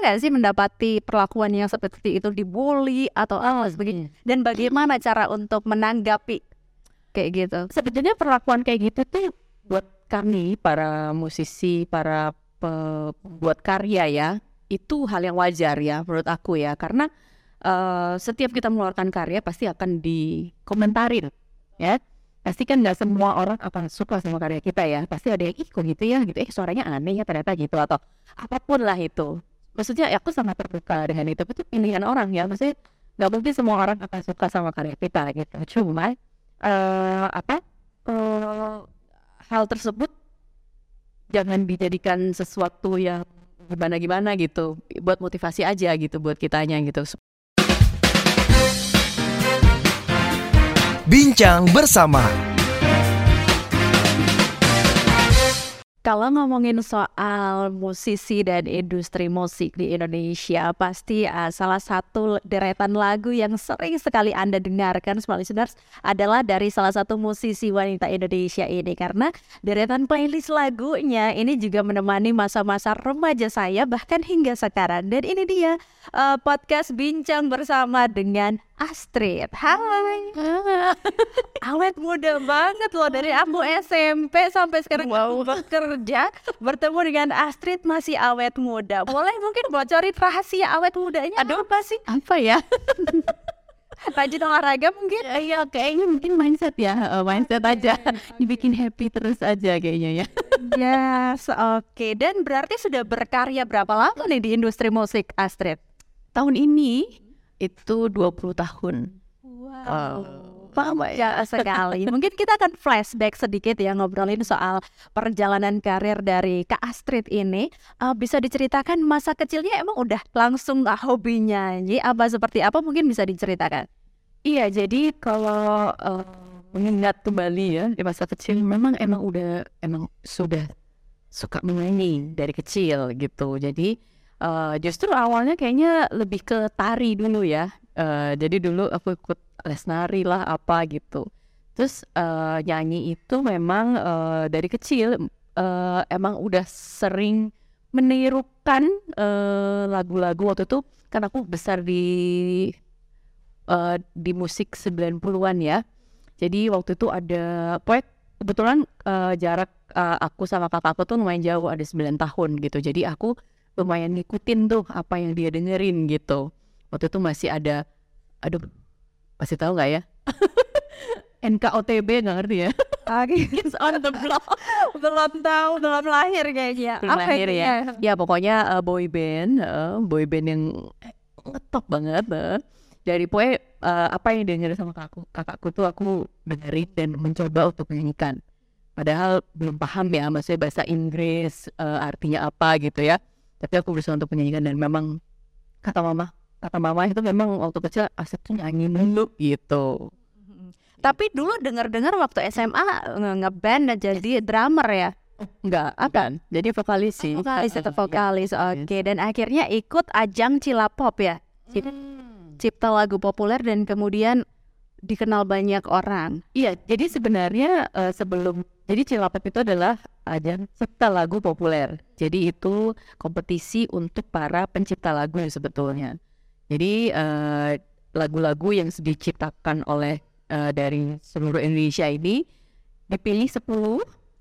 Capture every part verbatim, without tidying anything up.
nggak sih mendapati perlakuan yang seperti itu, dibully atau apa sebagainya? Dan bagaimana cara untuk menanggapi kayak gitu? Sebenarnya perlakuan kayak gitu tuh buat kami para musisi, para pembuat karya ya, itu hal yang wajar ya menurut aku ya, karena uh, setiap kita mengeluarkan karya pasti akan dikomentarin ya. Pasti kan nggak semua orang akan suka sama karya kita ya, pasti ada yang ih kok gitu ya gitu, eh suaranya aneh ya ternyata gitu, atau apapun lah itu. Maksudnya ya aku sangat terbuka dengan itu, itu pilihan orang ya, maksudnya nggak mungkin semua orang akan suka sama karya kita gitu. Cuma uh, apa uh, hal tersebut jangan dijadikan sesuatu yang gimana-gimana gitu, buat motivasi aja gitu buat kitanya gitu. Bincang bersama. Kalau ngomongin soal musisi dan industri musik di Indonesia, pasti uh, salah satu deretan lagu yang sering sekali Anda dengarkan, smart listeners, adalah dari salah satu musisi wanita Indonesia ini. Karena deretan playlist lagunya ini juga menemani masa-masa remaja saya, bahkan hingga sekarang. Dan ini dia uh, podcast Bincang Bersama dengan Astrid. Hai. Awet muda banget loh, dari aku S M P sampai sekarang wow. Bekerja bertemu dengan Astrid masih awet muda. Boleh mungkin bocorin rahasia awet mudanya? Aduh, apa sih? Apa ya? Rajin olahraga mungkin? Ya, ya kayaknya mungkin mindset ya, uh, mindset aja, dibikin happy terus aja kayaknya ya. Yes, oke. Okay. Dan berarti sudah berkarya berapa lama nih di industri musik, Astrid? Tahun ini itu dua puluh tahun. Wow. Wow. Ya sekali. Mungkin kita akan flashback sedikit ya, ngobrolin soal perjalanan karir dari Kak Astrid ini. Uh, bisa diceritakan masa kecilnya emang udah langsung uh, hobi nyanyi apa seperti apa, mungkin bisa diceritakan? Iya, jadi kalau uh, mengingat kembali ya di masa kecil, memang emang udah emang sudah suka menyanyi dari kecil gitu. Jadi uh, justru awalnya kayaknya lebih ke tari dulu ya. Uh, jadi dulu aku ikut les nari lah apa gitu. Terus uh, nyanyi itu memang uh, dari kecil uh, emang udah sering menirukan uh, lagu-lagu waktu itu, kan aku besar di uh, di musik sembilan puluhan ya. Jadi waktu itu ada poet, kebetulan uh, jarak uh, aku sama kakakku tuh lumayan jauh, ada sembilan tahun gitu. Jadi aku lumayan ngikutin tuh apa yang dia dengerin gitu. Waktu itu masih ada, aduh, masih tahu nggak ya? N K O T B, nggak ngerti ya? It's on the block. Belum tahu, belum lahir kayaknya. Belum lahir ya? Ya pokoknya uh, boy band, uh, boy band yang ngetop banget. Uh. Dari poe uh, apa yang dengerin sama kakakku, kakakku tuh aku dengerin dan mencoba untuk menyanyikan. Padahal belum paham ya, maksudnya bahasa Inggris uh, artinya apa gitu ya. Tapi aku berusaha untuk menyanyikan, dan memang kata mama, kata mama itu memang waktu kecil Astrid tuh nyanyi mulu gitu. Tapi dulu dengar-dengar waktu S M A nge-band dan jadi drummer ya? Enggak, akan. Jadi vokalis sih. Vokalis atau vokalis, oke. Okay. Dan akhirnya ikut ajang Cilapop ya? Hmm. Cipta lagu populer dan kemudian dikenal banyak orang. Iya, jadi sebenarnya uh, sebelum, jadi Cilapop itu adalah ajang cipta lagu populer. Jadi itu kompetisi untuk para pencipta lagu sebetulnya. Jadi uh, lagu-lagu yang diciptakan oleh uh, dari seluruh Indonesia ini dipilih sepuluh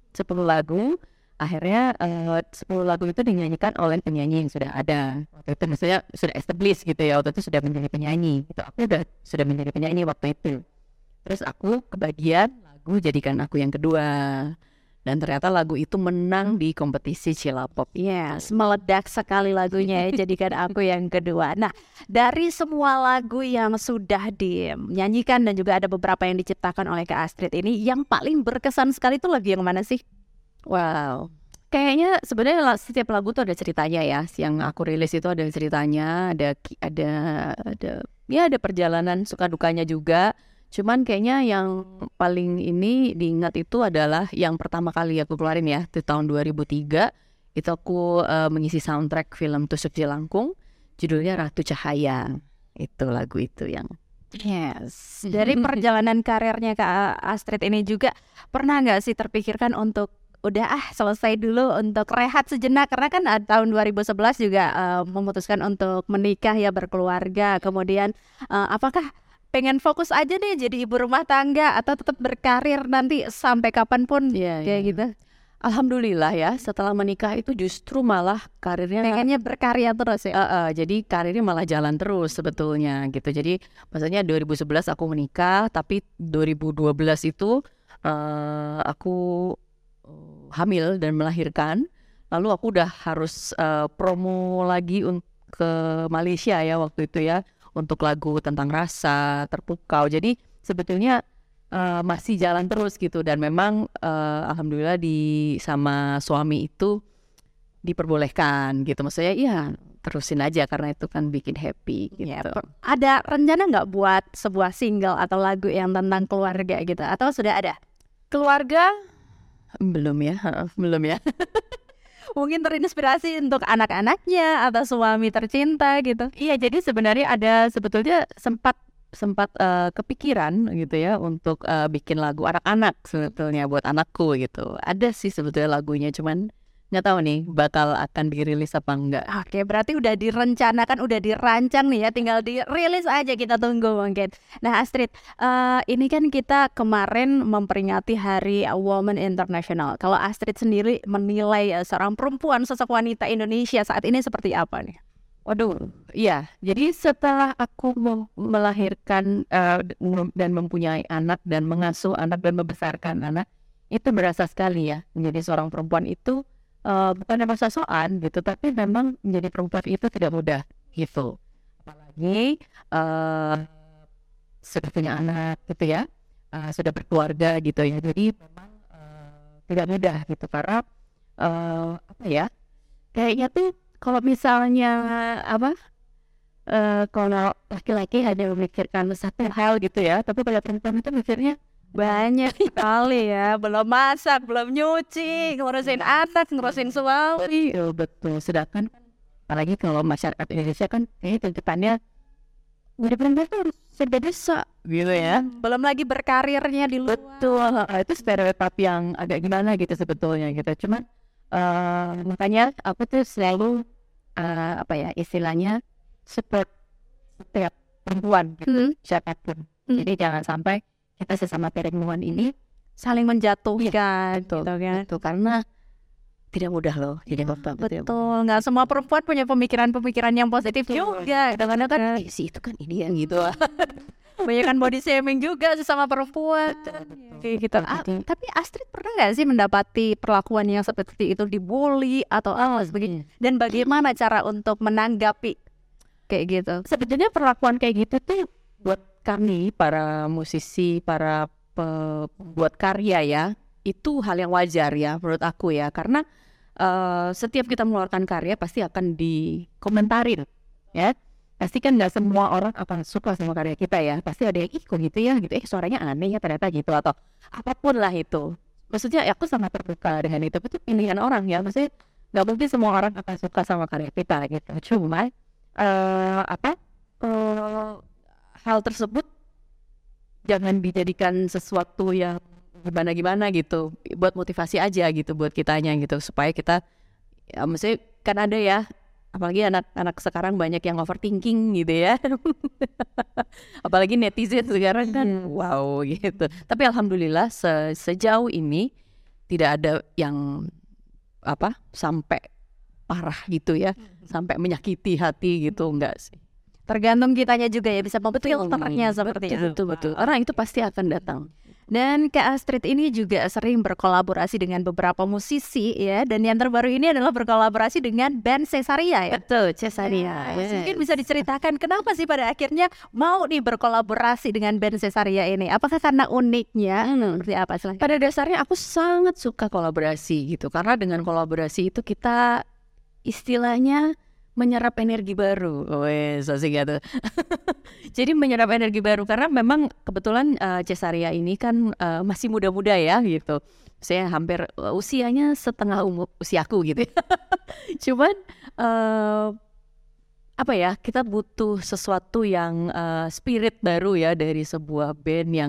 lagu. Akhirnya uh, sepuluh lagu itu dinyanyikan oleh penyanyi yang sudah ada. Waktu itu maksudnya sudah established gitu ya, waktu itu sudah menjadi penyanyi gitu. Aku udah sudah menjadi penyanyi waktu itu. Terus aku kebagian lagu Jadikan Aku yang kedua. Dan ternyata lagu itu menang di kompetisi Cilapop. Yes, meledak sekali lagunya ya, Jadikan Aku yang kedua. Nah, dari semua lagu yang sudah dinyanyikan dan juga ada beberapa yang diciptakan oleh Kak Astrid ini, yang paling berkesan sekali itu lagu yang mana sih? Wow, kayaknya sebenarnya setiap lagu tuh ada ceritanya ya. Yang aku rilis itu ada ceritanya, ada ada ada ya ada perjalanan suka dukanya juga. Cuman kayaknya yang paling ini diingat itu adalah yang pertama kali aku keluarin ya, di tahun dua ribu tiga. Itu aku uh, mengisi soundtrack film Tusuk Jelangkung, judulnya Ratu Cahaya. Itu lagu itu yang yes. Dari perjalanan karirnya Kak Astrid ini juga pernah nggak sih terpikirkan untuk udah ah selesai dulu untuk rehat sejenak karena kan uh, tahun dua ribu sebelas juga uh, memutuskan untuk menikah ya, berkeluarga. Kemudian uh, apakah pengen fokus aja nih jadi ibu rumah tangga atau tetap berkarir nanti sampai kapanpun Iya, kayak iya. gitu? Alhamdulillah ya, setelah menikah itu justru malah karirnya Pengennya berkarya terus ya. Eh, eh, jadi karirnya malah jalan terus sebetulnya gitu. Jadi maksudnya dua ribu sebelas aku menikah, tapi dua ribu dua belas itu eh, aku eh, hamil dan melahirkan. Lalu aku udah harus eh, promo lagi untuk ke Malaysia ya waktu itu ya, untuk lagu tentang rasa terpukau. Jadi sebetulnya eh, masih jalan terus gitu, dan memang eh, alhamdulillah di sama suami itu diperbolehkan gitu, maksudnya iya terusin aja karena itu kan bikin happy gitu. Ya, per- ada rencana nggak buat sebuah single atau lagu yang tentang keluarga gitu? Atau sudah ada? Keluarga belum ya, heeh, belum ya. Mungkin terinspirasi untuk anak-anaknya atau suami tercinta gitu. Iya, jadi sebenarnya ada sebetulnya sempat sempat eh, kepikiran gitu ya untuk eh, bikin lagu anak-anak sebetulnya buat anakku gitu. Ada sih sebetulnya lagunya, cuman nggak tahu nih bakal akan dirilis apa enggak. Oke, berarti udah direncanakan, udah dirancang nih ya, tinggal dirilis aja, kita tunggu mungkin. Nah Astrid, eh, ini kan kita kemarin memperingati Hari Women International. Kalau Astrid sendiri menilai eh, seorang perempuan, sosok wanita Indonesia saat ini seperti apa nih? Waduh, iya. Jadi setelah aku mem- melahirkan eh, mem- dan mempunyai anak dan mengasuh anak dan membesarkan anak, itu berasa sekali ya menjadi seorang perempuan itu eh, bukan emang sosokan gitu, tapi memang menjadi perempuan itu tidak mudah gitu. Apalagi eh, sudah punya anak gitu ya, eh, sudah berkeluarga gitu ya. Jadi memang eh, tidak mudah gitu karena eh, apa ya? Kayaknya tuh kalau misalnya apa? eh kalau laki-laki hanya memikirkan satu hal gitu ya, tapi kalau perempuan itu mikirnya Banyak sekali ya, belum masak, belum nyuci, ngurusin anak, ngurusin suami. betul betul. Sedangkan apalagi kalau masyarakat Indonesia kan kayaknya tuntutannya jadi perempuan tuh harus serba bisa gitu ya. Belum lagi berkarirnya di luar. Betul, eh, itu stereotip yang agak gimana gitu sebetulnya gitu. Cuman eh, makanya aku tuh selalu eh, apa ya istilahnya support setiap perempuan gitu, Hmm, siapapun. Hmm. Jadi jangan sampai kita sesama perempuan ini saling menjatuhkan betul, gitu kan. betul, karena tidak mudah loh jadi bapak. Betul, nggak semua perempuan punya pemikiran-pemikiran yang positif juga. Kadang-kadang kan "Eh, si itu kan ini yang gitu. Banyak kan body shaming juga sesama perempuan. Kayak gitu. Ah, tapi Astrid pernah nggak sih mendapati perlakuan yang seperti itu, dibully atau apa sebagainya? Dan bagaimana cara untuk menanggapi kayak gitu? Sebetulnya perlakuan kayak gitu tuh buat kami para musisi, para pembuat karya ya, itu hal yang wajar ya menurut aku ya, karena eh, setiap kita mengeluarkan karya pasti akan dikomentarin ya. Pasti kan nggak semua orang akan suka sama karya kita ya, pasti ada yang ih kok gitu ya gitu, eh suaranya aneh ya ternyata gitu, atau apapun lah itu. Maksudnya ya aku sangat terbuka dengan itu, itu pilihan orang ya, maksudnya nggak mungkin semua orang akan suka sama karya kita gitu. Cuma eh apa eh, hal tersebut jangan dijadikan sesuatu yang gimana-gimana gitu, buat motivasi aja gitu buat kitanya gitu, supaya kita ya maksudnya kan ada ya, apalagi anak-anak sekarang banyak yang overthinking gitu ya. Apalagi netizen sekarang kan wow gitu. Tapi alhamdulillah se- sejauh ini tidak ada yang apa sampai parah gitu ya, sampai menyakiti hati gitu, enggak sih. Tergantung kitanya juga ya, bisa memfilternya seperti itu. Betul betul. Orang itu pasti akan datang. Dan Kak Astrid ini juga sering berkolaborasi dengan beberapa musisi ya. Dan yang terbaru ini adalah berkolaborasi dengan band Cesaria ya. Betul, Cesaria. Yes. Mungkin bisa diceritakan kenapa sih pada akhirnya mau nih berkolaborasi dengan band Cesaria ini? Apakah karena uniknya? Hmm. Seperti apa? Silahkan. Pada dasarnya aku sangat suka kolaborasi gitu, karena dengan kolaborasi itu kita istilahnya menyerap energi baru. Wes, asik gitu. Jadi menyerap energi baru karena memang kebetulan uh, Cesaria ini kan uh, masih muda-muda ya gitu. Saya hampir uh, usianya setengah umur usiaku gitu. Cuman uh, apa ya, kita butuh sesuatu yang uh, spirit baru ya dari sebuah band yang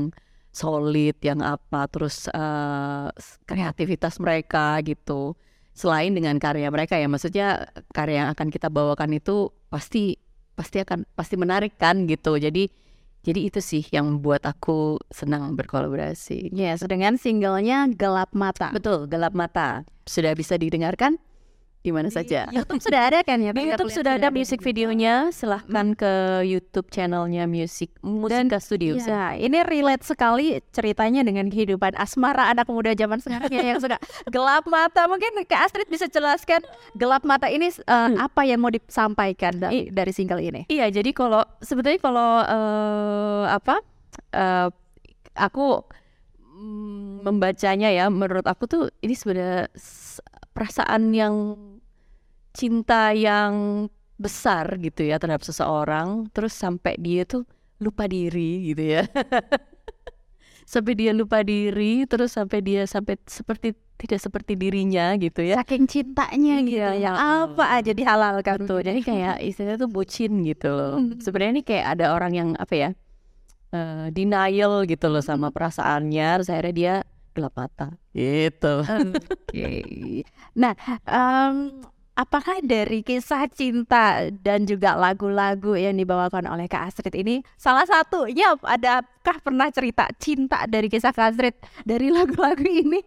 solid, yang apa, terus uh, kreativitas mereka gitu. Selain dengan karya mereka ya, maksudnya karya yang akan kita bawakan itu pasti pasti akan pasti menarik kan gitu. Jadi jadi itu sih yang membuat aku senang berkolaborasi. Yes, dengan singlenya Gelap Mata. Betul, Gelap Mata sudah bisa didengarkan di mana saja. YouTube sudah ada kan ya? Di YouTube sudah ada music videonya. Silahkan ke YouTube channelnya Music Musika Studio. Ya, ini relate sekali ceritanya dengan kehidupan asmara anak muda zaman sekarang ya, yang suka gelap mata. Mungkin Kak Astrid bisa jelaskan gelap mata ini uh, hmm. apa yang mau disampaikan dari, dari single ini? Iya, jadi kalau sebetulnya kalau uh, apa uh, aku mm, membacanya ya, menurut aku tuh ini sebenarnya perasaan yang cinta yang besar gitu ya terhadap seseorang, terus sampai dia tuh lupa diri gitu ya. Sampai dia lupa diri, terus sampai dia sampai seperti tidak seperti dirinya gitu ya. Saking cintanya gitu, iya, yang apa aja dihalalkan tuh. Jadi kayak istilahnya tuh bucin gitu loh. Sebenarnya ini kayak ada orang yang apa ya, uh, denial gitu loh sama perasaannya, terus akhirnya dia gelap mata gitu. Oke. Okay. Nah, um, apakah dari kisah cinta dan juga lagu-lagu yang dibawakan oleh Kak Astrid ini salah satunya, adakah pernah cerita cinta dari kisah Kak Astrid dari lagu-lagu ini?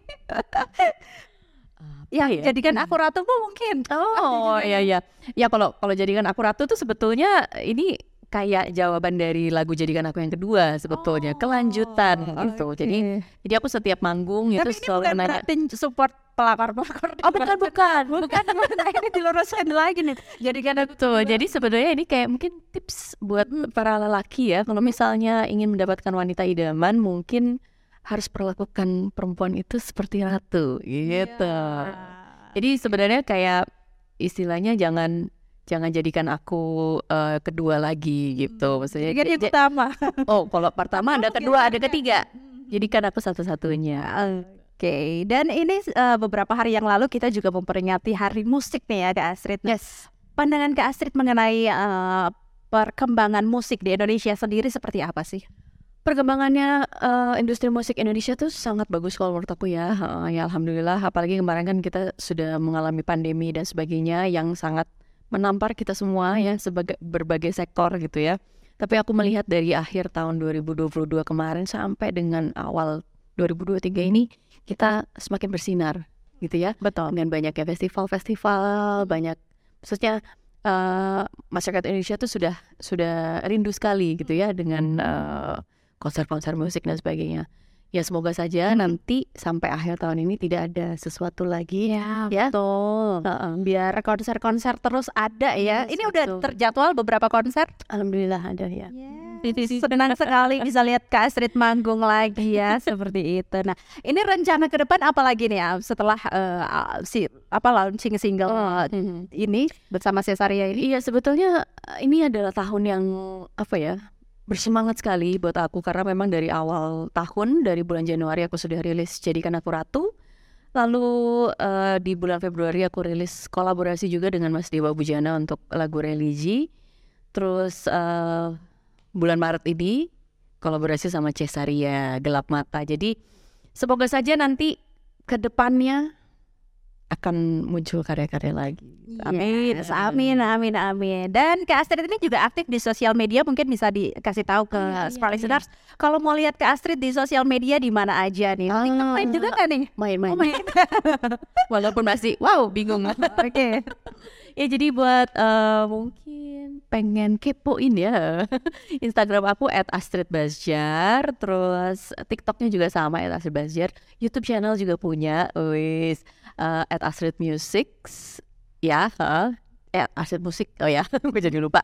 Ya, ya, jadikan aku ratumu mungkin. Oh iya iya. Ya kalau kalau jadikan aku ratu tuh sebetulnya ini kayak jawaban dari lagu Jadikan Aku Yang Kedua sebetulnya, oh, kelanjutan gitu. Okay. Jadi jadi aku setiap manggung tapi itu selalu nanya support pelakor-pelakor. Oh bukan bukan bukan bukan ini diluruskan lagi nih. Jadikan Aku tuh. Jadi sebenarnya ini kayak mungkin tips buat para lelaki ya, kalau misalnya ingin mendapatkan wanita idaman mungkin harus perlakukan perempuan itu seperti ratu gitu. Yeah. Jadi sebenarnya kayak istilahnya jangan jangan jadikan aku uh, kedua lagi gitu, maksudnya. Jadi yang pertama. Oh, kalau pertama ada kedua, ada ketiga. Jadikan aku satu-satunya. Oke, okay. Dan ini uh, beberapa hari yang lalu kita juga memperingati Hari Musik nih ya, Kak Astrid. Yes. Pandangan Kak Astrid mengenai uh, perkembangan musik di Indonesia sendiri seperti apa sih? Perkembangannya uh, industri musik Indonesia tuh sangat bagus kalau menurut aku ya. Uh, ya alhamdulillah, apalagi kemarin kan kita sudah mengalami pandemi dan sebagainya yang sangat menampar kita semua ya sebagai berbagai sektor gitu ya. Tapi aku melihat dari akhir tahun dua ribu dua puluh dua kemarin sampai dengan awal dua ribu dua puluh tiga ini kita semakin bersinar gitu ya. Betul. Dengan banyaknya festival-festival, banyak maksudnya uh, masyarakat Indonesia tuh sudah sudah rindu sekali gitu ya dengan uh, konser-konser musik dan sebagainya. Ya semoga saja nanti sampai akhir tahun ini tidak ada sesuatu lagi ya, ya. Betul. Uh-uh. Biar konser-konser terus ada ya. Yes, ini betul. Udah terjadwal beberapa konser. Alhamdulillah ada ya. Yeah. Senang sekali bisa lihat Kak Astrid manggung lagi ya seperti itu. Nah, ini rencana ke depan apa lagi nih ya setelah uh, si apa launching single oh, uh, ini bersama Cesaria ini? Iya sebetulnya ini adalah tahun yang apa ya? Bersemangat sekali buat aku karena memang dari awal tahun, dari bulan Januari aku sudah rilis Jadikan Aku Ratu. Lalu uh, di bulan Februari aku rilis kolaborasi juga dengan Mas Dewa Bujana untuk lagu Religi. Terus uh, bulan Maret ini kolaborasi sama Cesaria Gelap Mata. Jadi semoga saja nanti ke depannya akan muncul karya-karya lagi. Amin, yes. amin, amin, amin. Dan Kak Astrid ini juga aktif di sosial media, mungkin bisa dikasih tahu ke oh, iya, listeners. Iya. Kalau mau lihat Kak Astrid di sosial media di mana aja nih? Uh, TikTok main juga kan nih? Main-main. Oh, main. Walaupun masih, wow, bingung. Oke. Okay. Ya jadi buat uh, mungkin pengen kepoin ya Instagram aku at astrid basjar, terus TikToknya juga sama at astrid basjar, YouTube channel juga punya, wis uh, at astrid music ya, uh, at astrid musik, oh ya, gue jadi lupa.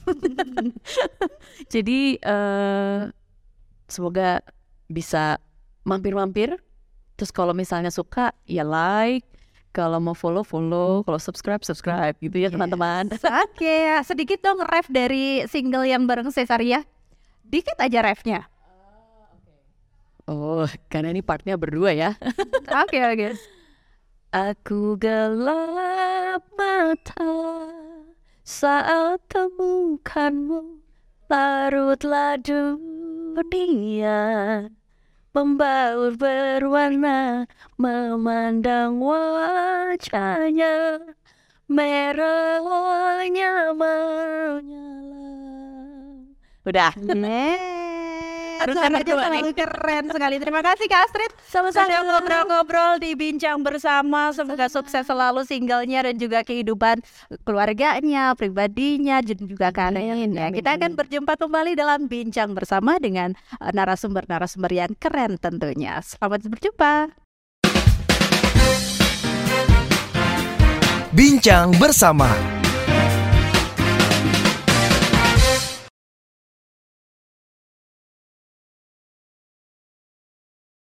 Jadi uh, semoga bisa mampir-mampir, terus kalau misalnya suka ya like. Kalau mau follow, follow. Kalau subscribe, subscribe gitu ya, yes, teman-teman. Oke, okay. Sedikit dong ref dari single yang bareng Cesaria. Dikit aja refnya. Oh, karena ini partnya berdua ya. Oke, oke. Okay, okay. Aku gelap mata saat temukanmu, larutlah dunia membaur berwarna, memandang wajahnya, merahnya menyala. Udah. Harus Suaranya enak dua selalu keren sekali. Terima kasih Kak Astrid. Sama-sama sudah ngobrol-ngobrol di Bincang Bersama. Semoga sukses selalu singlenya dan juga kehidupan keluarganya, pribadinya, dan juga karirnya. Kita akan berjumpa kembali dalam Bincang Bersama dengan uh, narasumber-narasumber yang keren tentunya. Selamat berjumpa. Bincang Bersama.